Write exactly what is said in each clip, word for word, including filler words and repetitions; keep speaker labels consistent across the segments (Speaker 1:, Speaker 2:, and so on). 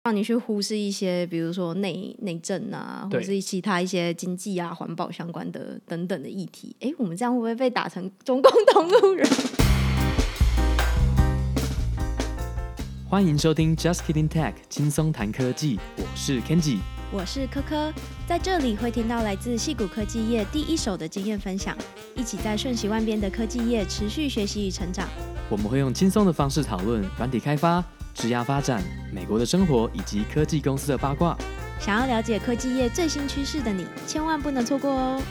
Speaker 1: 让你去忽视一些比如说内内政啊，或是其他一些经济啊环保相关的等等的议题。哎，我们这样会不会被打成中共同路人？
Speaker 2: 欢迎收听 Just Kidding Tech 轻松谈科技，我是 Kenji，
Speaker 1: 我是科科，在这里会听到来自矽谷科技业第一手的经验分享，一起在瞬息万变的科技业持续学习与成长。
Speaker 2: 我们会用轻松的方式讨论软体开发、职涯发展、美国的生活以及科技公司的八卦。
Speaker 1: 想要了解科技业最新趋势的你，千万不能错过哦！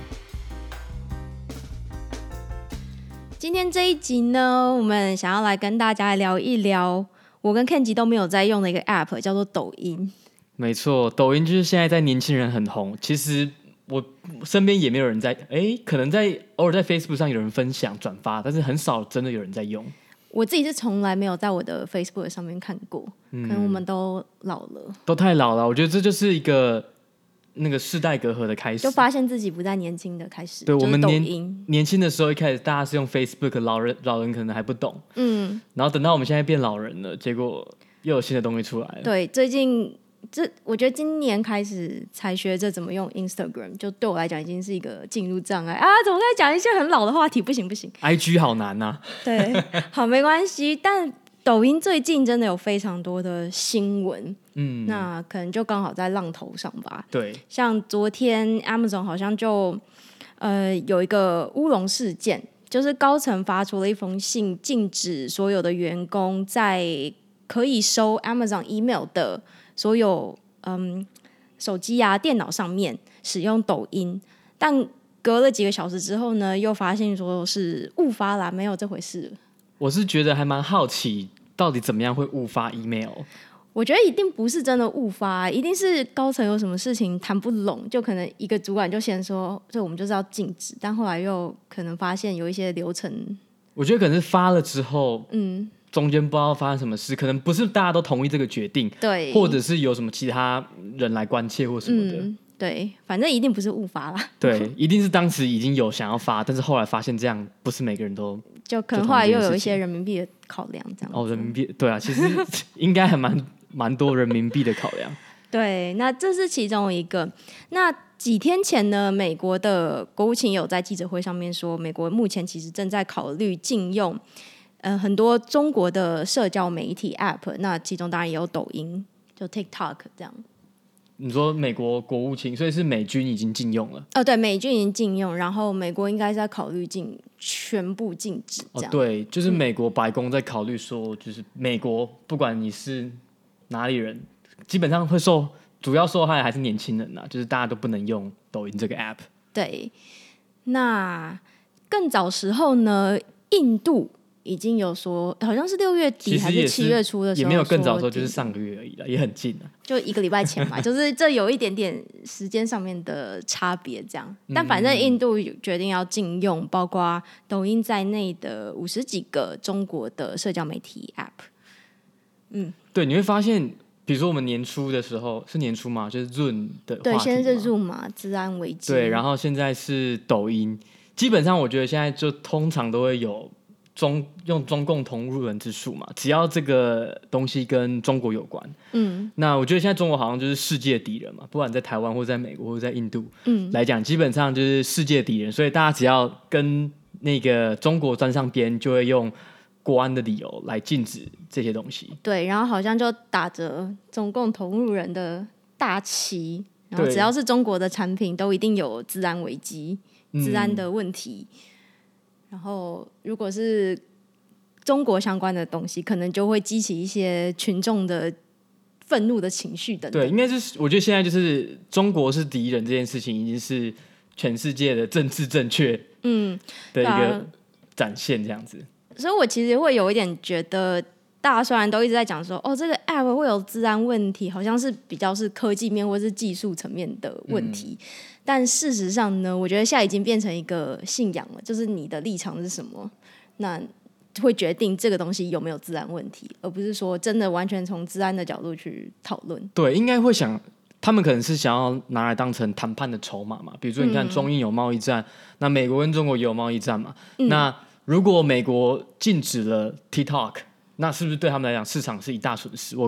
Speaker 1: 今天这一集呢，我们想要来跟大家聊一聊我跟 Kenji 都没有在用的一个 App， 叫做抖音。
Speaker 2: 没错，抖音就是现在在年轻人很红。其实我身边也没有人在，哎，可能在偶尔在 Facebook 上有人分享转发，但是很少真的有人在用。
Speaker 1: 我自己是从来没有在我的 Facebook 上面看过，嗯、可能我们都老了，
Speaker 2: 都太老了。我觉得这就是一个那个世代隔阂的开始，
Speaker 1: 就发现自己不再年轻的开始。
Speaker 2: 对，
Speaker 1: 就是、
Speaker 2: 我们年年轻的时候，一开始大家是用 Facebook， 老人老人可能还不懂，嗯，然后等到我们现在变老人了，结果又有新的东西出来了。
Speaker 1: 对，最近这我觉得今年开始才学着怎么用 Instagram， 就对我来讲已经是一个进入障碍啊！怎么在讲一些很老的话题？不行不行
Speaker 2: ，I G 好难啊。
Speaker 1: 对，好没关系，但抖音最近真的有非常多的新闻，嗯，那可能就刚好在浪头上吧。
Speaker 2: 对，
Speaker 1: 像昨天 Amazon 好像就呃有一个乌龙事件，就是高层发出了一封信，禁止所有的员工在可以收 Amazon email 的所有嗯手机啊、电脑上面使用抖音，但隔了几个小时之后呢，又发现说是误发啦，没有这回事了。
Speaker 2: 我是觉得还蛮好奇，到底怎么样会误发 email？
Speaker 1: 我觉得一定不是真的误发，一定是高层有什么事情谈不拢，就可能一个主管就先说，这我们就是要禁止，但后来又可能发现有一些流程，
Speaker 2: 我觉得可能是发了之后，嗯，中间不知道发生什么事，可能不是大家都同意这个决定，
Speaker 1: 对，
Speaker 2: 或者是有什么其他人来关切或什么的。嗯，
Speaker 1: 对，反正一定不是误发啦。
Speaker 2: 对，一定是当时已经有想要发，但是后来发现这样不是每个人都，
Speaker 1: 就可能后来又有一些人民币的考量，这样子。
Speaker 2: 哦，人民币，对啊，其实应该还蛮蛮多人民币的考量。
Speaker 1: 对，那这是其中一个。那几天前呢，美国的国务卿有在记者会上面说，美国目前其实正在考虑禁用呃很多中国的社交媒体 App， 那其中当然也有抖音，就 TikTok 这样。
Speaker 2: 你说美国国务卿，所以是美军已经禁用了？
Speaker 1: 哦，对，美军已经禁用，然后美国应该是在考虑禁全部禁止这样。
Speaker 2: 哦，对，就是美国白宫在考虑说，就是美国不管你是哪里人，基本上会受主要受害还是年轻人啊，就是大家都不能用抖音这个 app。
Speaker 1: 对，那更早时候呢，印度已经有说，好像是六月底还是七月初的时候，
Speaker 2: 也没有更早的时候，就是上个月而已啦，也很近啊，
Speaker 1: 就一个礼拜前嘛，就是这有一点点时间上面的差别这样。但反正印度决定要禁用包括抖音在内的五十几个中国的社交媒体 app。
Speaker 2: 嗯，对，你会发现，比如说我们年初的时候是年初嘛，就是 Zoom 的话题嘛，
Speaker 1: 对，现在是 Zoom 嘛，治安危机。
Speaker 2: 对，然后现在是抖音，基本上我觉得现在就通常都会有。中用中共同路人之术嘛，只要这个东西跟中国有关，嗯，那我觉得现在中国好像就是世界敌人嘛，不管在台湾或在美国或在印度，嗯，来讲基本上就是世界敌人，所以大家只要跟那个中国沾上边，就会用国安的理由来禁止这些东西。
Speaker 1: 对，然后好像就打着中共同路人的大旗，然后只要是中国的产品，都一定有治安危机、治安的问题。嗯，然后，如果是中国相关的东西，可能就会激起一些群众的愤怒的情绪等等。
Speaker 2: 对，应该是我觉得现在就是中国是敌人这件事情，已经是全世界的政治正确嗯的一个展现这样子。
Speaker 1: 啊，所以我其实会有一点觉得，大家虽然都一直在讲说，哦，这个 app 会有治安问题，好像是比较是科技面或是技术层面的问题。嗯，但事实上呢，我觉得现在已经变成一个信仰了，就是你的立场是什么，那会决定这个东西有没有治安问题，而不是说真的完全从治安的角度去讨论。
Speaker 2: 对，应该会想，他们可能是想要拿来当成谈判的筹码嘛。比如说，你看中印有贸易战，嗯，那美国跟中国也有贸易战嘛。嗯，那如果美国禁止了 TikTok， 那是不是对他们来讲市场是一大损失？我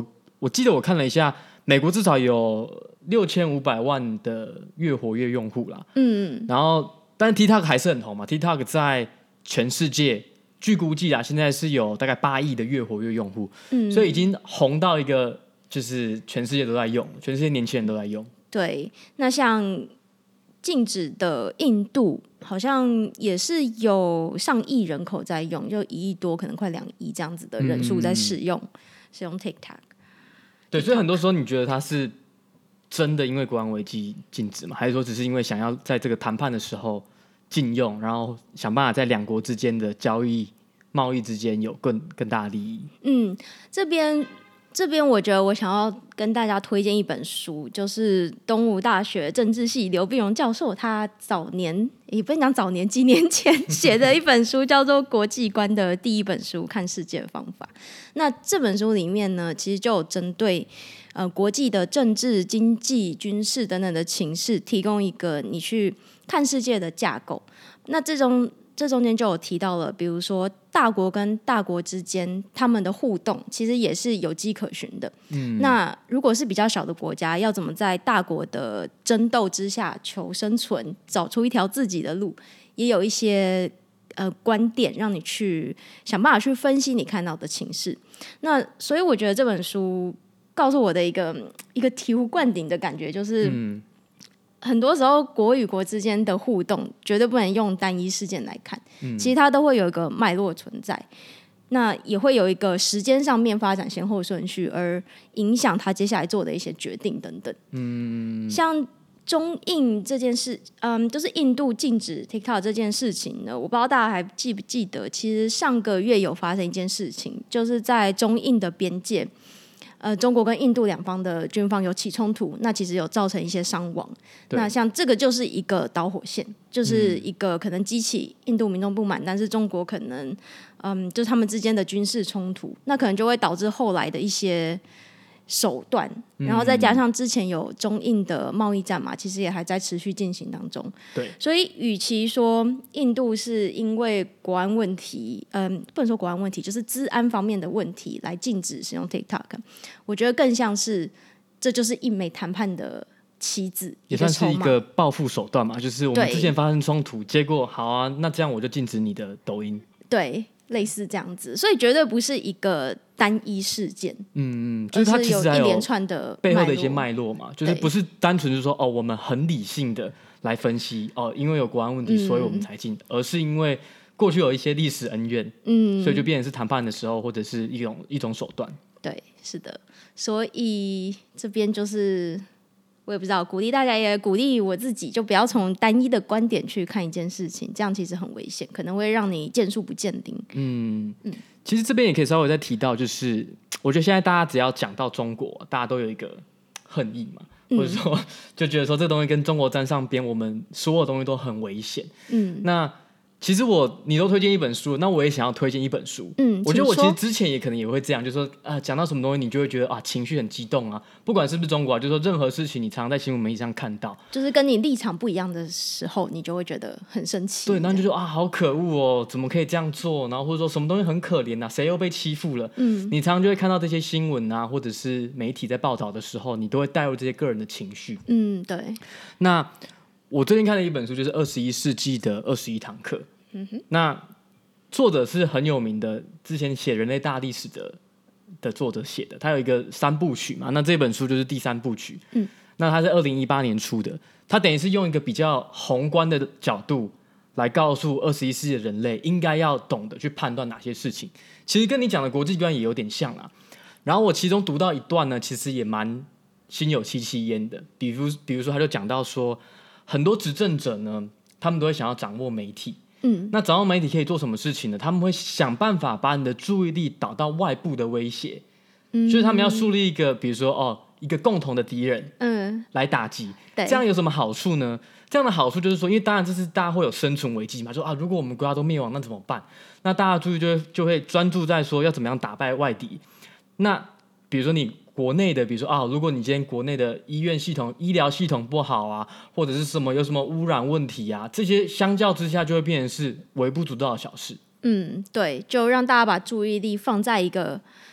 Speaker 2: 我记得我看了一下，美国至少有六千五百万的月活跃用户啦。嗯，然后但是 TikTok 还是很红嘛 ，TikTok 在全世界据估计啊，现在是有大概八亿的月活跃用户，嗯，所以已经红到一个就是全世界都在用，全世界年轻人都在用。
Speaker 1: 对，那像静止的印度好像也是有上亿人口在用，就一亿多，可能快两亿这样子的人数在使用、嗯、使用 TikTok。
Speaker 2: 对，所以很多时候你觉得它是真的因为国安危机禁止吗？还是说只是因为想要在这个谈判的时候禁用，然后想办法在两国之间的交易贸易之间有更更大的利益？
Speaker 1: 嗯，这边这边我觉得我想要跟大家推荐一本书，就是东吴大学政治系刘碧荣教授他早年也不能讲早年几年前写的一本书叫做《国际观的第一本书：看世界的方法》。那这本书里面呢，其实就有针对呃国际的政治、经济、军事等等的情势，提供一个你去看世界的架构。那这种这中间就有提到了，比如说大国跟大国之间他们的互动其实也是有迹可循的、嗯、那如果是比较小的国家，要怎么在大国的争斗之下求生存，找出一条自己的路，也有一些呃观点让你去想办法去分析你看到的情势。那所以我觉得这本书告诉我的一个一个醍醐灌顶的感觉就是、嗯很多时候国与国之间的互动绝对不能用单一事件来看、嗯、其实它都会有一个脉络存在，那也会有一个时间上面发展先后顺序，而影响他接下来做的一些决定等等。嗯，像中印这件事，嗯，就是印度禁止 TikTok 这件事情呢，我不知道大家还记不记得，其实上个月有发生一件事情，就是在中印的边界，呃，中国跟印度两方的军方有起冲突，那其实有造成一些伤亡。那像这个就是一个导火线，就是一个可能激起印度民众不满，但是中国可能，嗯，就是他们之间的军事冲突，那可能就会导致后来的一些手段，然后再加上之前有中印的贸易战嘛，其实也还在持续进行当中。
Speaker 2: 对，
Speaker 1: 所以与其说印度是因为国安问题，嗯，不能说国安问题，就是治安方面的问题来禁止使用 TikTok， 我觉得更像是这就是印美谈判的棋子，
Speaker 2: 也算是一个报复手段嘛，就是我们之前发生冲突，结果好啊，那这样我就禁止你的抖音。
Speaker 1: 对，类似这样子，所以绝对不是一个单一事件，
Speaker 2: 嗯嗯，就是它其实还有
Speaker 1: 一连串的
Speaker 2: 背后的一些脉络嘛，就是不是单纯就是说哦，我们很理性的来分析哦，因为有国安问题，所以我们才进、嗯，而是因为过去有一些历史恩怨，嗯，所以就变成是谈判的时候或者是一种一种手段。
Speaker 1: 对，是的，所以这边就是我也不知道，鼓励大家也鼓励我自己，就不要从单一的观点去看一件事情，这样其实很危险，可能会让你见树不见林。
Speaker 2: 嗯嗯，其实这边也可以稍微再提到，就是我觉得现在大家只要讲到中国，大家都有一个恨意嘛，嗯、或者说就觉得说这东西跟中国沾上边，我们所有东西都很危险。嗯，那其实我你都推荐一本书，那我也想要推荐一本书。嗯，我觉得我其实之前也可能也会这样，就是说啊，讲到什么东西你就会觉得啊情绪很激动啊，不管是不是中国啊，就是说任何事情你常常在新闻媒体上看到，
Speaker 1: 就是跟你立场不一样的时候，你就会觉得很生气。
Speaker 2: 对，然后就说啊好可恶哦，怎么可以这样做？然后或者说什么东西很可怜啊，谁又被欺负了？嗯，你常常就会看到这些新闻啊，或者是媒体在报道的时候，你都会带入这些个人的情绪。
Speaker 1: 嗯，对。
Speaker 2: 那我最近看了一本书，就是《二十一世纪的二十一堂课》。嗯、那作者是很有名的，之前写人类大历史 的, 的作者写的，他有一个三部曲嘛，那这本书就是第三部曲。嗯，那他是二零一八年出的，他等于是用一个比较宏观的角度来告诉二十一世纪的人类应该要懂得去判断哪些事情，其实跟你讲的国际观也有点像啦。然后我其中读到一段呢，其实也蛮心有戚戚焉的，比如比如说他就讲到说，很多执政者呢，他们都会想要掌握媒体。嗯，那掌握媒体可以做什么事情呢？他们会想办法把你的注意力导到外部的威胁，嗯，就是他们要树立一个，比如说哦，一个共同的敌人，嗯，来打击。这样有什么好处呢？这样的好处就是说，因为当然这是大家会有生存危机嘛，说啊，如果我们国家都灭亡，那怎么办？那大家注意就会就会专注在说要怎么样打败外敌。那比如说你国内的，比如说啊，如果你今天国内的医院系统、医疗系统不好啊，或者是什么有什么污染问题啊，这些相较之下就会变成是微不足道的小事。
Speaker 1: 嗯，对，就让大家把注意力放在一个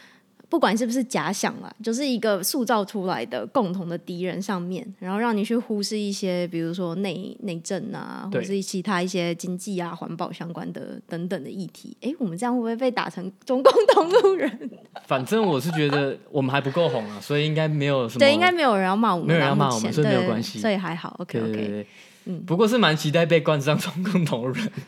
Speaker 1: 不管是不是假想啦，就是一个塑造出来的共同的敌人上面，然后让你去忽视一些比如说内内政啊，或者是其他一些经济啊环保相关的等等的议题。哎，我们这样会不会被打成中共同路人？
Speaker 2: 反正我是觉得我们还不够红啊，所以应该没有什么，
Speaker 1: 对，应该没有人要骂我们，
Speaker 2: 没有人要骂我们，所以没有关系，
Speaker 1: 所以还好。 OK OK，
Speaker 2: 对对对，
Speaker 1: 嗯，
Speaker 2: 不过是蛮期待被冠上中共同路人。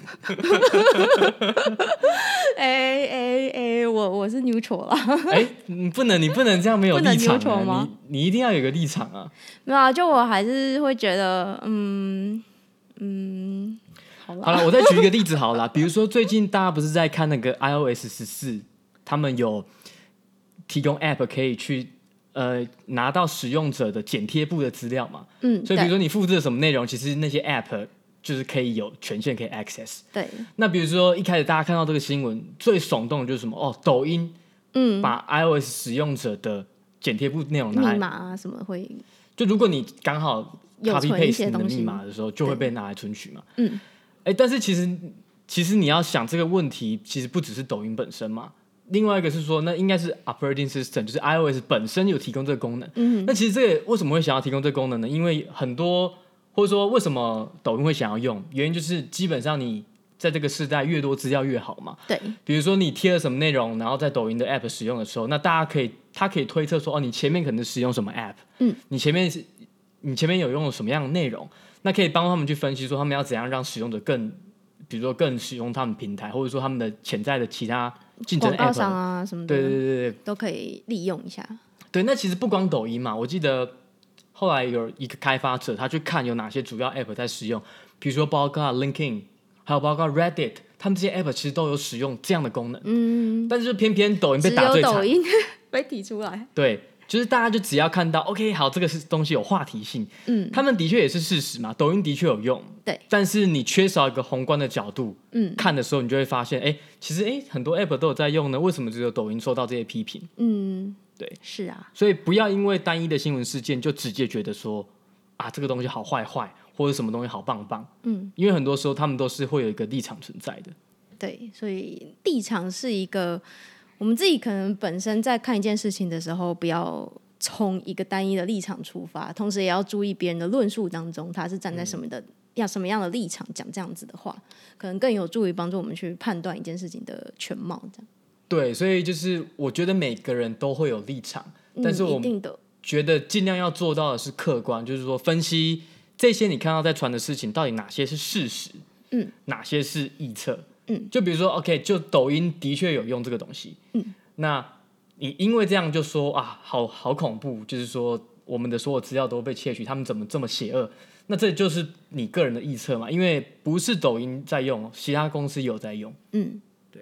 Speaker 1: 哎哎哎，我我是 neutral 啦。
Speaker 2: 哎，你不能，你不能这样没有立场、啊、
Speaker 1: 吗？
Speaker 2: 你你一定要有个立场啊。
Speaker 1: 没有啊，就我还是会觉得，嗯嗯，好了，
Speaker 2: 好了，我再举一个例子好了，比如说最近大家不是在看那个 iOS 十四，他们有提供 App 可以去呃拿到使用者的剪贴簿的资料嘛？嗯，所以比如说你复制了什么内容，其实那些 App就是可以有权限可以 access。
Speaker 1: 对。
Speaker 2: 那比如说一开始大家看到这个新闻，最耸动的就是什么？哦，抖音嗯把 iOS 使用者的剪贴簿内容拿来
Speaker 1: 密码啊什么会，
Speaker 2: 就如果你刚好 copy paste 你的密码的时候，就会被拿来存取嘛。嗯。哎，但是其实其实你要想这个问题，其实不只是抖音本身嘛。另外一个是说，那应该是 operating system， 就是 iOS 本身有提供这个功能。嗯。那其实这个为什么会想要提供这个功能呢？因为很多。或者说为什么抖音会想要用，原因就是基本上你在这个时代越多资料越好嘛。
Speaker 1: 对，
Speaker 2: 比如说你贴了什么内容，然后在抖音的 app 使用的时候，那大家可以他可以推测说，哦，你前面可能使用什么 app， 嗯，你前面你前面有用了什么样的内容，那可以帮他们去分析说他们要怎样让使用者更，比如说更使用他们平台，或者说他们的潜在的其他竞争 app
Speaker 1: 广告商啊什么的，
Speaker 2: 对对对对，
Speaker 1: 都可以利用一下。
Speaker 2: 对，那其实不光抖音嘛，我记得。后来有一个开发者，他去看有哪些主要 App 在使用，比如说包括 LinkedIn， 还有包括 Reddit， 他们这些 App 其实都有使用这样的功能。嗯，但是就偏偏抖音被打最惨，
Speaker 1: 只有抖音被提出来。
Speaker 2: 对，就是大家就只要看到 OK， 好，这个东西有话题性，嗯，他们的确也是事实嘛，抖音的确有用，
Speaker 1: 对，
Speaker 2: 但是你缺少一个宏观的角度，嗯，看的时候你就会发现，哎，其实哎很多 App 都有在用呢，为什么只有抖音受到这些批评？嗯。对，
Speaker 1: 是啊，
Speaker 2: 所以不要因为单一的新闻事件就直接觉得说啊这个东西好坏坏，或者什么东西好棒棒，嗯，因为很多时候他们都是会有一个立场存在的。
Speaker 1: 对，所以立场是一个我们自己可能本身在看一件事情的时候，不要从一个单一的立场出发，同时也要注意别人的论述当中他是站在什么的、嗯、要什么样的立场讲这样子的话，可能更有助于帮助我们去判断一件事情的全貌这样。
Speaker 2: 对，所以就是我觉得每个人都会有立场，
Speaker 1: 嗯、
Speaker 2: 但是我觉得尽量要做到的是客观，就是说分析这些你看到在传的事情到底哪些是事实，嗯，哪些是臆测，嗯，就比如说 OK， 就抖音的确有用这个东西，嗯，那你因为这样就说啊，好好恐怖，就是说我们的所有资料都被窃取，他们怎么这么邪恶？那这就是你个人的臆测嘛，因为不是抖音在用，其他公司有在用，嗯。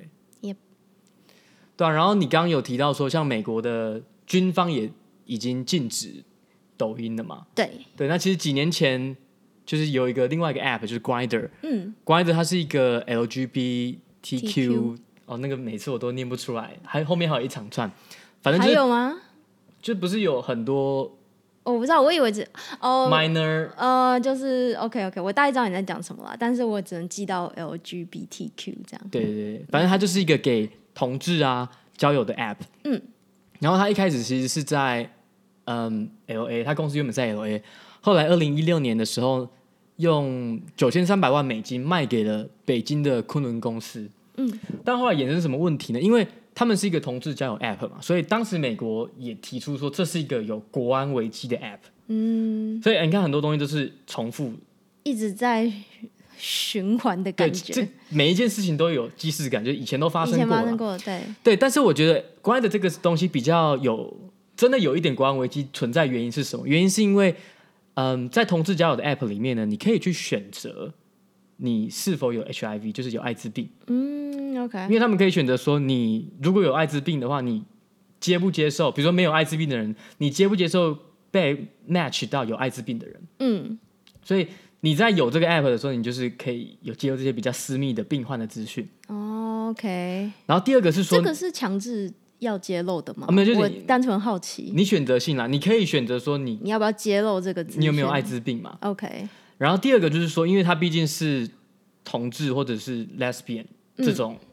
Speaker 2: 对啊，然后你刚刚有提到说，像美国的军方也已经禁止抖音了嘛？
Speaker 1: 对
Speaker 2: 对，那其实几年前就是有一个另外一个 App， 就是 Grindr， 嗯 ，Grindr 它是一个 L G B T Q， 哦，那个每次我都念不出来，还后面还有一长串，反正、就是、
Speaker 1: 还有吗？
Speaker 2: 就不是有很多。
Speaker 1: 我不知道，我以为只哦
Speaker 2: minor
Speaker 1: 呃，就是 OK OK， 我大概知道你在讲什么了，但是我只能记到 L G B T Q 这样。
Speaker 2: 对对对，反正它就是一个给同志啊交友的 App， 嗯，然后它一开始其实是在嗯 L A， 它公司原本在 L A， 后来二零一六年的时候用九千三百万美金卖给了北京的昆仑公司，嗯，但后来衍生什么问题呢？因为他们是一个同志交友 App 嘛，所以当时美国也提出说这是一个有国安危机的 App， 嗯，所以你看很多东西都是重复，
Speaker 1: 一直在循环的感觉，
Speaker 2: 对，这每一件事情都有既视感，就以前都发生过了，以前
Speaker 1: 发生过，对
Speaker 2: 对。但是我觉得国安的这个东西比较有，真的有一点国安危机存在，原因是什么？原因是因为，嗯，在同志交友的 App 里面呢，你可以去选择你是否有 H I V， 就是有艾滋病。嗯 ，OK。因为他们可以选择说，你如果有艾滋病的话，你接不接受？比如说没有艾滋病的人，你接不接受被 match 到有艾滋病的人？嗯，所以你在有这个 app 的时候，你就是可以有接受这些比较私密的病患的资讯。
Speaker 1: 哦 ，OK。
Speaker 2: 然后第二个是说，
Speaker 1: 这个是强制要揭露的吗？
Speaker 2: 啊、没有，就是
Speaker 1: 我单纯好奇。
Speaker 2: 你选择性啦，你可以选择说你
Speaker 1: 你要不要揭露这个资讯？
Speaker 2: 你有没有艾滋病嘛
Speaker 1: ？OK。
Speaker 2: 然后第二个就是说，因为它毕竟是同志或者是 lesbian 这种、嗯、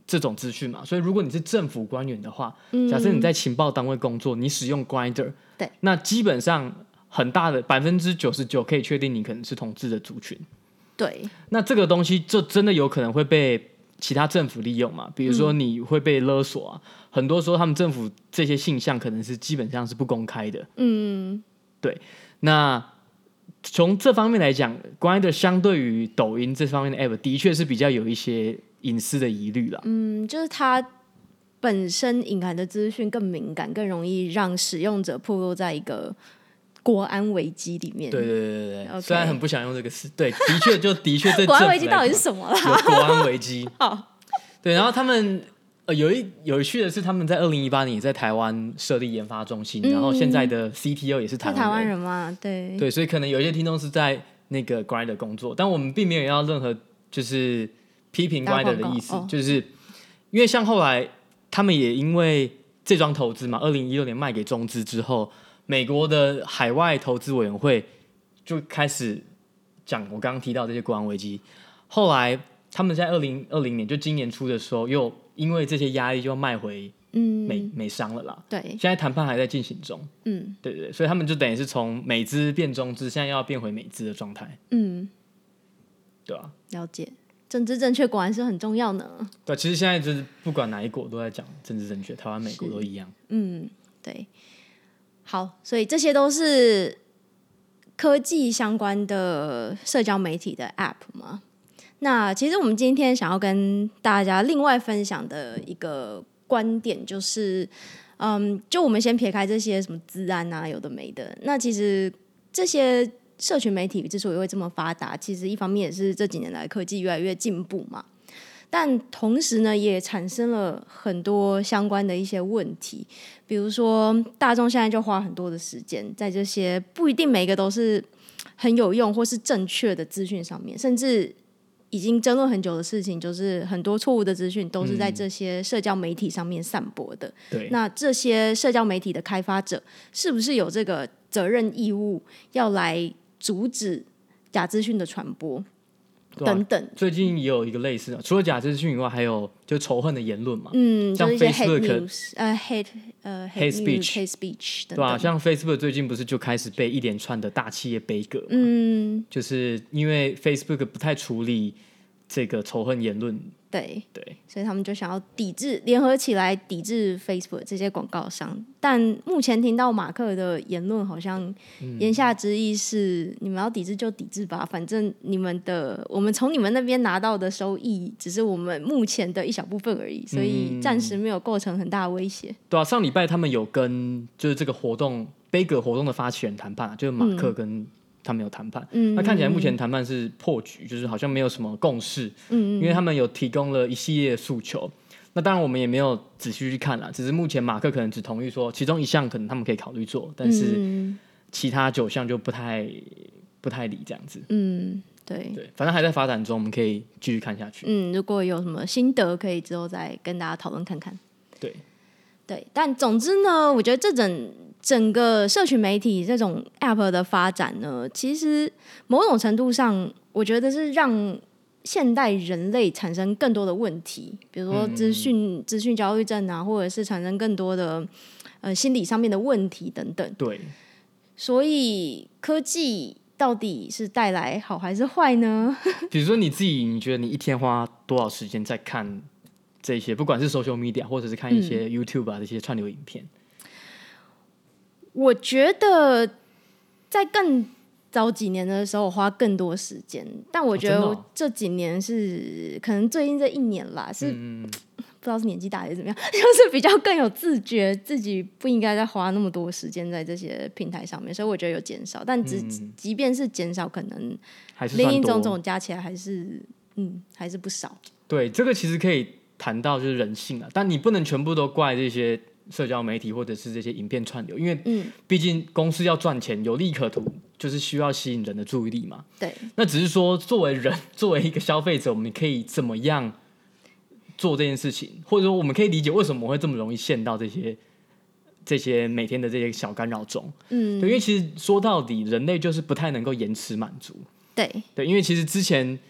Speaker 2: 这种资讯嘛，所以如果你是政府官员的话，假设你在情报单位工作，你使用 Grindr，
Speaker 1: 对，
Speaker 2: 那基本上很大的百分之九十九可以确定你可能是同志的族群。
Speaker 1: 对，
Speaker 2: 那这个东西就真的有可能会被其他政府利用嘛？比如说你会被勒索啊，嗯、很多时候他们政府这些信箱可能是基本上是不公开的。嗯，对。那从这方面来讲 ，Grindr 相对于抖音这方面的 App， 的确是比较有一些隐私的疑虑啦。
Speaker 1: 嗯，就是它本身隐含的资讯更敏感，更容易让使用者暴露在一个国安危机里面。
Speaker 2: 对对对对对，
Speaker 1: okay.
Speaker 2: 虽然很不想用这个词，对，的确就的确对
Speaker 1: 国安危机到底是什么啦？
Speaker 2: 有国安危机。
Speaker 1: 好，
Speaker 2: 对，然后他们呃有一有趣的是，他们在二零一八年也在台湾设立研发中心，嗯、然后现在的 C T O 也是台湾人，
Speaker 1: 是台湾人嘛？对
Speaker 2: 对，所以可能有一些听众是在那个 Grindr 工作，但我们并没有要任何就是批评 Grindr 的意思，哦、就是因为像后来他们也因为这桩投资嘛，二零一六年卖给中资之后。美国的海外投资委员会就开始讲我刚刚提到这些国安危机，后来他们在二零二零年就今年初的时候，又因为这些压力就卖回美、嗯、美商了啦。对，现在谈判还在进行中。嗯，对对对，所以他们就等于是从美资变中资，现在要变回美资的状态。嗯，对啊，
Speaker 1: 了解，政治正确果然是很重要呢。
Speaker 2: 对，其实现在就是不管哪一国都在讲政治正确，台湾、美国都一样。
Speaker 1: 嗯，对。好，所以这些都是科技相关的社交媒体的 App 嘛。那其实我们今天想要跟大家另外分享的一个观点就是，嗯，就我们先撇开这些什么资安啊，有的没的。那其实这些社群媒体之所以会这么发达，其实一方面也是这几年来科技越来越进步嘛。但同时呢，也产生了很多相关的一些问题，比如说大众现在就花很多的时间在这些不一定每个都是很有用或是正确的资讯上面，甚至已经争论很久的事情，就是很多错误的资讯都是在这些社交媒体上面散播的。
Speaker 2: 对、嗯，
Speaker 1: 那这些社交媒体的开发者是不是有这个责任义务要来阻止假资讯的传播？
Speaker 2: 啊、
Speaker 1: 等等，
Speaker 2: 最近也有一个类似的，除了假资讯以外，还有就仇恨的言论嘛，
Speaker 1: 嗯，
Speaker 2: 像
Speaker 1: Facebook 就是 呃 hate 呃
Speaker 2: hate
Speaker 1: speech
Speaker 2: hate
Speaker 1: speech 等等，
Speaker 2: 对啊，像 Facebook 最近不是就开始被一连串的大企业杯葛嘛，嗯，就是因为 Facebook 不太处理这个仇恨言论，
Speaker 1: 对
Speaker 2: 对，
Speaker 1: 所以他们就想要抵制，联合起来抵制 Facebook 这些广告商。但目前听到马克的言论，好像言下之意是、嗯、你们要抵制就抵制吧，反正你们的我们从你们那边拿到的收益只是我们目前的一小部分而已，所以暂时没有构成很大的威胁、嗯。对
Speaker 2: 啊，上礼拜他们有跟就是这个活动杯葛活动的发起人谈判，就是马克跟、嗯他们有谈判、嗯，那看起来目前谈判是破局，就是好像没有什么共识，嗯，因为他们有提供了一系列的诉求。那当然我们也没有仔细去看啦，只是目前马克可能只同意说其中一项可能他们可以考虑做，但是其他九项就不太不太理这样子。嗯，对对，反正还在发展中，我们可以继续看下去。
Speaker 1: 嗯，如果有什么心得，可以之后再跟大家讨论看看。
Speaker 2: 对
Speaker 1: 对，但总之呢，我觉得这整。整个社群媒体这种 App 的发展呢，其实某种程度上，我觉得是让现代人类产生更多的问题，比如说资讯资讯焦虑症啊，或者是产生更多的呃心理上面的问题等等。
Speaker 2: 对，
Speaker 1: 所以科技到底是带来好还是坏呢？
Speaker 2: 比如说你自己，你觉得你一天花多少时间在看这些，不管是 social media 或者是看一些 YouTube 啊、嗯、这些串流影片？
Speaker 1: 我觉得在更早几年的时候我花更多时间，但我觉得这几年是、哦哦、可能最近这一年啦，是、嗯、不知道是年纪大还是怎么样，就是比较更有自觉自己不应该再花那么多时间在这些平台上面，所以我觉得有减少，但只、嗯、即便是减少，可能林林总总加起来还是嗯还是不少。
Speaker 2: 对，这个其实可以谈到就是人性啊，但你不能全部都怪这些社交媒体或者是这些影片串流，因为毕竟公司要赚钱，有利可图，就是需要吸引人的注意力嘛。
Speaker 1: 对，
Speaker 2: 那只是说作为人，作为一个消费者，我们可以怎么样做这件事情，或者说我们可以理解为什么我会这么容易陷到这些这些每天的这些小干扰中。嗯，对，因为其实说到底，人类就是不太能够延迟满足。
Speaker 1: 对对，
Speaker 2: 因为其实之前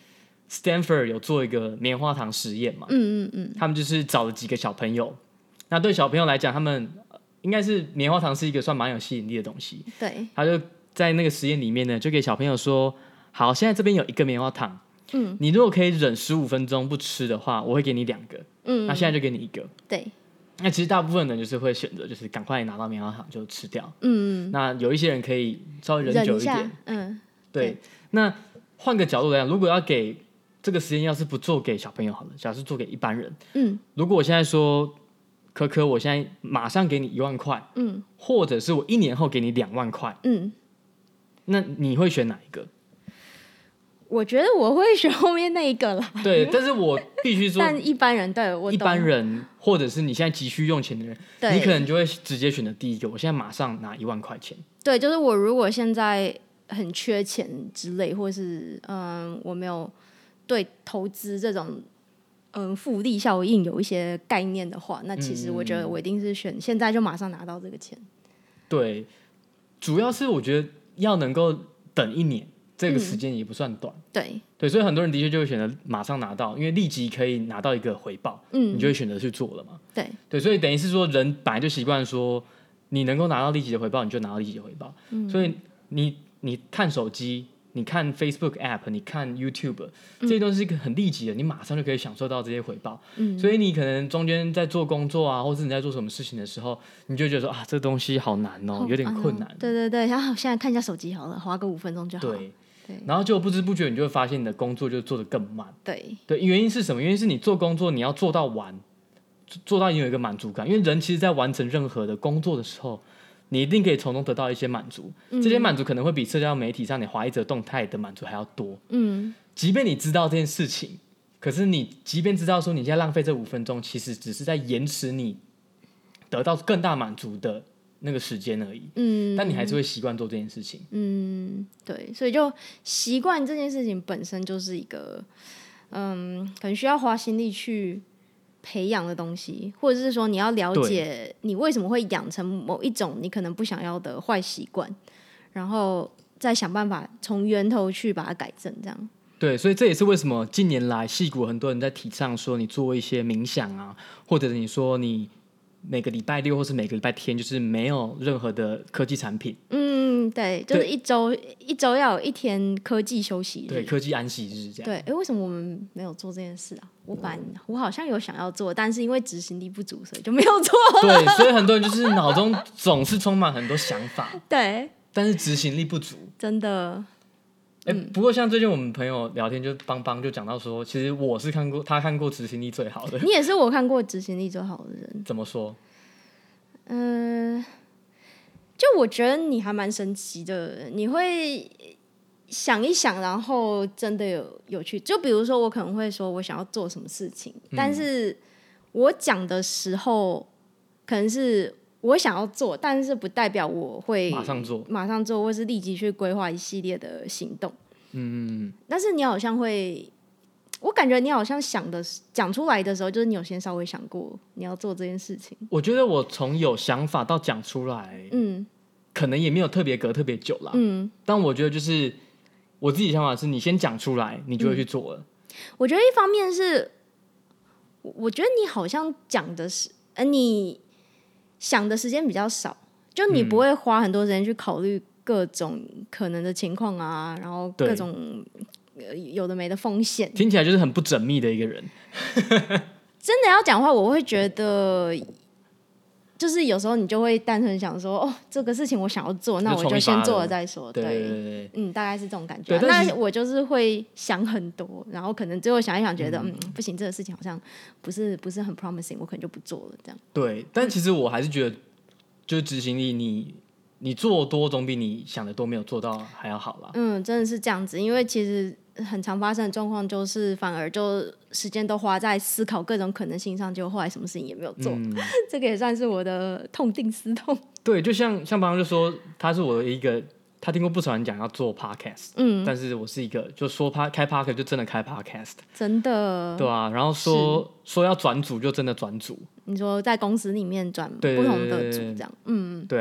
Speaker 2: Stanford 有做一个棉花糖实验嘛，
Speaker 1: 嗯嗯嗯，
Speaker 2: 他们就是找了几个小朋友，那对小朋友来讲，他们应该是棉花糖是一个算蛮有吸引力的东西，
Speaker 1: 对，
Speaker 2: 他就在那个实验里面呢，就给小朋友说，好，现在这边有一个棉花糖，嗯，你如果可以忍十五分钟不吃的话，我会给你两个，嗯，那现在就给你一个，
Speaker 1: 对。
Speaker 2: 那其实大部分人就是会选择，就是赶快拿到棉花糖就吃掉。嗯，那有一些人可以稍微忍久一点。
Speaker 1: 嗯，
Speaker 2: 对。对，那换个角度来讲，如果要给这个实验，要是不做给小朋友好了，假设做给一般人，嗯，如果我现在说，可可，我现在马上给你一万块，嗯，或者是我一年后给你两万块，嗯，那你会选哪一个？
Speaker 1: 我觉得我会选后面那一个啦。
Speaker 2: 对，但是我必须说，
Speaker 1: 但一般人对我懂，
Speaker 2: 一般人或者是你现在急需用钱的人，你可能就会直接选择第一个。我现在马上拿一万块钱。
Speaker 1: 对，就是我如果现在很缺钱之类，或是嗯，我没有对投资这种嗯复利效应有一些概念的话，那其实我觉得我一定是选现在就马上拿到这个钱。
Speaker 2: 对，主要是我觉得要能够等一年。这个时间也不算短，嗯、
Speaker 1: 对
Speaker 2: 对，所以很多人的确就会选择马上拿到，因为立即可以拿到一个回报，嗯，你就会选择去做了嘛。
Speaker 1: 对
Speaker 2: 对，所以等于是说，人本来就习惯说，你能够拿到立即的回报，你就拿到立即的回报。嗯、所以你你看手机，你看 Facebook App， 你看 YouTube，、嗯、这些都是一个很立即的，你马上就可以享受到这些回报。嗯、所以你可能中间在做工作啊，或是你在做什么事情的时候，你就觉得说啊，这东西好难哦，有点困难。
Speaker 1: 对对对，然后现在看一下手机好了，花个五分钟就好了。
Speaker 2: 对。然后就不知不觉，你就会发现你的工作就做得更慢。
Speaker 1: 对
Speaker 2: 对，原因是什么？原因是你做工作，你要做到完，做到你有一个满足感。因为人其实，在完成任何的工作的时候，你一定可以从中得到一些满足。嗯、这些满足可能会比社交媒体上你滑一则动态的满足还要多。嗯，即便你知道这件事情，可是你即便知道说你现在浪费这五分钟，其实只是在延迟你得到更大满足的那个时间而已，嗯，但你还是会习惯做这件事情，
Speaker 1: 嗯，对，所以就习惯这件事情本身就是一个，嗯，可能需要花心力去培养的东西，或者是说你要了解你为什么会养成某一种你可能不想要的坏习惯，然后再想办法从源头去把它改正，这样。
Speaker 2: 对，所以这也是为什么近年来矽谷很多人在提倡说，你做一些冥想啊，或者你说你。每个礼拜六或是每个礼拜天，就是没有任何的科技产品。
Speaker 1: 嗯，对，就是一周一周要有一天科技休息日，
Speaker 2: 对，科技安息日这样。
Speaker 1: 对，哎，为什么我们没有做这件事啊？我本来我好像有想要做，但是因为执行力不足，所以就没有做。
Speaker 2: 对，所以很多人就是脑中总是充满很多想法，
Speaker 1: 对，
Speaker 2: 但是执行力不足，
Speaker 1: 真的。
Speaker 2: 哎、嗯，不过像最近我们朋友聊天，就邦邦就讲到说，其实我是看过他看过执行力最好的。
Speaker 1: 你也是我看过执行力最好的人。
Speaker 2: 怎么说？
Speaker 1: 嗯、呃，就我觉得你还蛮神奇的，你会想一想，然后真的有有趣。就比如说，我可能会说我想要做什么事情，嗯、但是我讲的时候，可能是我想要做，但是不代表我会
Speaker 2: 马上做，
Speaker 1: 马上做，或是立即去规划一系列的行动。嗯，但是你好像会，我感觉你好像想的讲出来的时候，就是你有先稍微想过你要做这件事情。
Speaker 2: 我觉得我从有想法到讲出来，嗯，可能也没有特别隔特别久啦。嗯，但我觉得就是我自己的想法是，你先讲出来，你就会去做了。嗯、
Speaker 1: 我觉得一方面是，我觉得你好像讲的是，呃，你想的时间比较少，就你不会花很多时间去考虑各种可能的情况啊，然后各种有的没的风险，
Speaker 2: 听起来就是很不缜密的一个人。
Speaker 1: 真的要讲话，我会觉得，就是有时候你就会单纯想说，哦，这个事情我想要做，那我就先做了再说。
Speaker 2: 对，对对对，
Speaker 1: 嗯，大概是这种感觉。那我就是会想很多，然后可能最后想一想，觉得嗯, 嗯不行，这个事情好像不是不是很 promising， 我可能就不做了。这样。对，
Speaker 2: 但其实我还是觉得，就是执行力你。你做多总比你想的多没有做到还要好啦。
Speaker 1: 嗯，真的是这样子，因为其实很常发生的状况就是，反而就时间都花在思考各种可能性上，结果后来什么事情也没有做。嗯、这个也算是我的痛定思痛。
Speaker 2: 对，就像像邦邦就说，他是我的一个，他听过不少人讲要做 podcast， 嗯，但是我是一个就说开 podcast 就真的开 podcast，
Speaker 1: 真的，
Speaker 2: 对啊，然后说说要转组就真的转组。
Speaker 1: 你说在公司里面转不同的组这样，嗯，
Speaker 2: 对啊。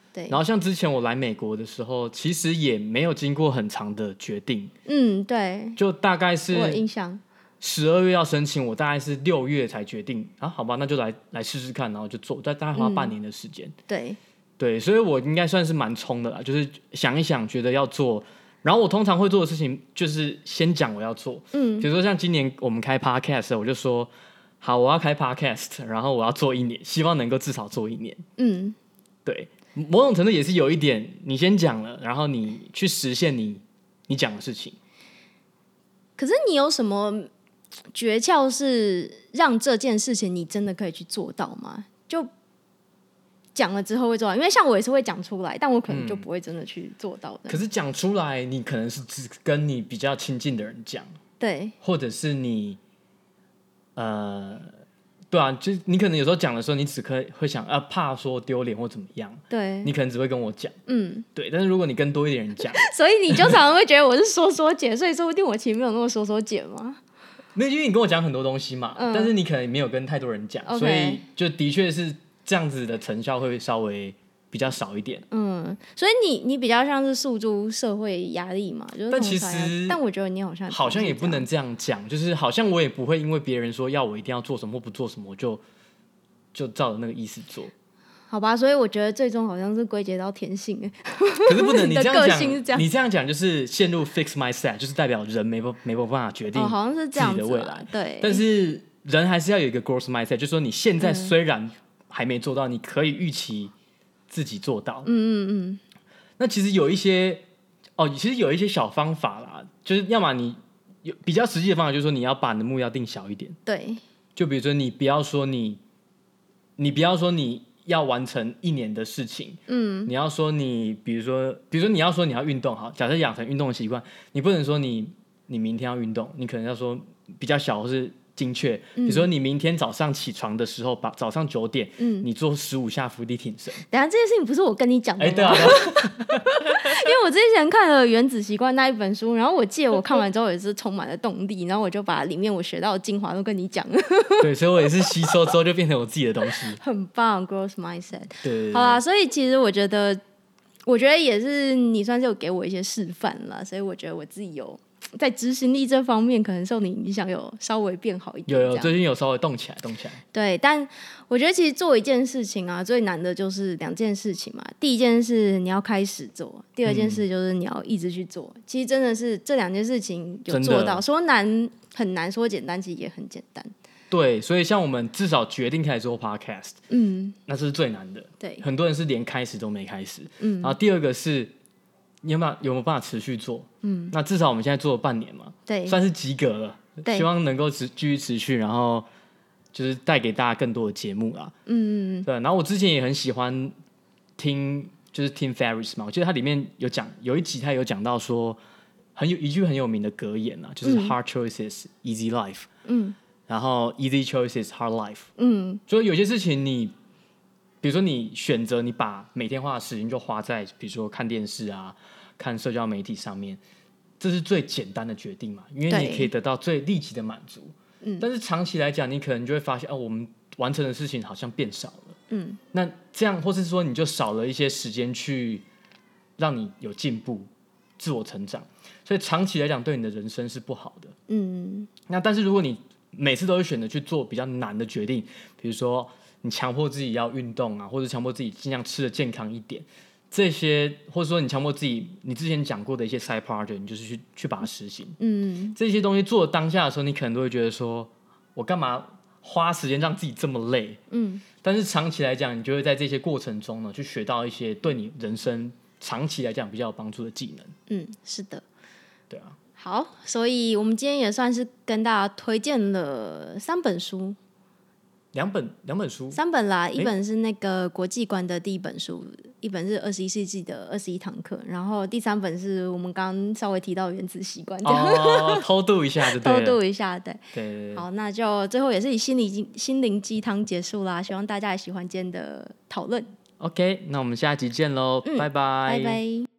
Speaker 1: 对。
Speaker 2: 然后像之前我来美国的时候，其实也没有经过很长的决定。
Speaker 1: 嗯，对。
Speaker 2: 就大概是
Speaker 1: 我有印象。
Speaker 2: 十二月要申请，我大概是六月才决定啊，好吧，那就来来试试看，然后就做，大概花半年的时间。嗯、
Speaker 1: 对。
Speaker 2: 对，所以我应该算是蛮冲的啦，就是想一想，觉得要做。然后我通常会做的事情就是先讲我要做，嗯，比如说像今年我们开 podcast， 我就说好，我要开 podcast， 然后我要做一年，希望能够至少做一年，嗯，对，某种程度也是有一点，你先讲了，然后你去实现你你讲的事情。
Speaker 1: 可是你有什么诀窍是让这件事情你真的可以去做到吗？就讲了之后会做到，因为像我也是会讲出来，但我可能就不会真的去做到的。
Speaker 2: 嗯、可是讲出来，你可能是只跟你比较亲近的人讲，
Speaker 1: 对，
Speaker 2: 或者是你，呃，对啊，就是你可能有时候讲的時候，你只可以會想啊，怕說丟臉或怎麼樣，
Speaker 1: 對，
Speaker 2: 你可能只會跟我講，
Speaker 1: 嗯，
Speaker 2: 對。但是如果你跟多一點人講，
Speaker 1: 所以你就常常會覺得我是說說姐，所以說不定我其實沒有那麼說說姐嘛。
Speaker 2: 沒有，因為你跟我講很多東西嘛，嗯、但是你可能沒有跟太多人講，
Speaker 1: okay.
Speaker 2: 所以就的確是。這樣子的成效會稍微比較少一點。
Speaker 1: 嗯，所以你你比較像是訴諸社會壓力嘛，就是。
Speaker 2: 但其實，
Speaker 1: 但我覺得你好像
Speaker 2: 好像也不能這樣講，就是好像我也不會因為別人說要我一定要做什麼或不做什麼，我就就照着那個意思做。
Speaker 1: 好吧，所以我覺得最終好像是歸結到天性哎。
Speaker 2: 可是不能你這樣講，
Speaker 1: 這樣
Speaker 2: 你這樣講就是陷入 fix mindset，就是代表人沒沒辦法決定自己的未來。
Speaker 1: 哦、對。
Speaker 2: 但是人還是要有一個 growth mindset，就是說你現在雖然、嗯還沒做到，你可以預期自己做到。嗯嗯嗯。那其實有一些哦，其實有一些小方法啦，就是要麼你有比較實際的方法，就是說你要把你的目標定小一點。
Speaker 1: 對。
Speaker 2: 就比如說你不要說你，你不要說你要完成一年的事情。嗯。你要說你，比如說，比如說你要說你要運動，好，假設養成運動的習慣，你不能說你你明天要運動，你可能要說比較小，或是。精確，比如說你明天早上起床的時候，把早上九點，嗯，你做十五下伏地挺身。
Speaker 1: 等一下這件事情不是我跟你講的嗎？
Speaker 2: 哎，對啊，
Speaker 1: 因為我之前看了《原子習慣》那一本書，然後我記得我看完之後也是充滿了動力，然後我就把裡面我學到的精華都跟你講了。
Speaker 2: 對，所以我也是吸收之後就變成我自己的東西。
Speaker 1: 很棒 ，growth mindset。
Speaker 2: 對，對，對，
Speaker 1: 好啦，所以其實我覺得，我覺得也是你算是有給我一些示範啦，所以我覺得我自己有。在執行力這方面，可能受你影響有稍微變好一點。
Speaker 2: 有有，最近有稍微動起來，動起來。
Speaker 1: 對，但我覺得其實做一件事情啊，最難的就是兩件事情嘛。第一件事你要開始做，第二件事就是你要一直去做。嗯、其實真的是這兩件事情有做到，說難很難，說簡單其實也很簡單。
Speaker 2: 對，所以像我們至少決定開始做 podcast， 嗯，那是最難的。
Speaker 1: 對，
Speaker 2: 很多人是連開始都沒開始。嗯，然後第二個是。你有沒有有沒有辦法持續做？嗯，那至少我們現在做了半年嘛，
Speaker 1: 對，
Speaker 2: 算是及格了。對，希望能夠持繼續持續，然後就是帶給大家更多的節目啦。嗯嗯對，然後我之前也很喜歡聽，就是 Tim Ferriss 嘛，我記得他裡面有講，有一集他有講到說，很有一句很有名的格言啊，就是 Hard choices, easy life。嗯，然後 Easy choices, hard life。嗯，所以有些事情你。比如說你選擇你把每天花的時間就花在比如說看電視啊、看社交媒體上面，這是最簡單的決定嘛，因為你可以得到最立即的滿足。嗯，但是長期來講，你可能就會發現，哦，我們完成的事情好像變少了。嗯，那這樣，或是說你就少了一些時間去讓你有進步、自我成長，所以長期來講對你的人生是不好的。嗯，那但是如果你每次都會選擇去做比較難的決定，比如說。你強迫自己要運動啊，或者強迫自己盡量吃得健康一點，這些或者說你強迫自己，你之前講過的一些 side project，你就是去去把它實行。嗯，這些東西做當下的時候，你可能都會覺得說，我幹嘛花時間讓自己這麼累？嗯，但是長期來講，你就會在這些過程中呢，去學到一些對你人生長期來講比較有幫助的技能。嗯，是的，對啊。好，所以我們今天也算是跟大家推薦了三本書。兩本兩本書，三本啦，一本是那個國際觀的第一本書，一本是二十一世紀的二十一堂課，然後第三本是我們剛剛稍微提到的原子習慣，哦，偷渡一下就對了，偷渡一下，對，對對對，好，那就最後也是以心靈心靈雞湯結束啦，希望大家也喜歡今天的討論。OK，那我們下集見嘍，嗯，拜拜，拜拜。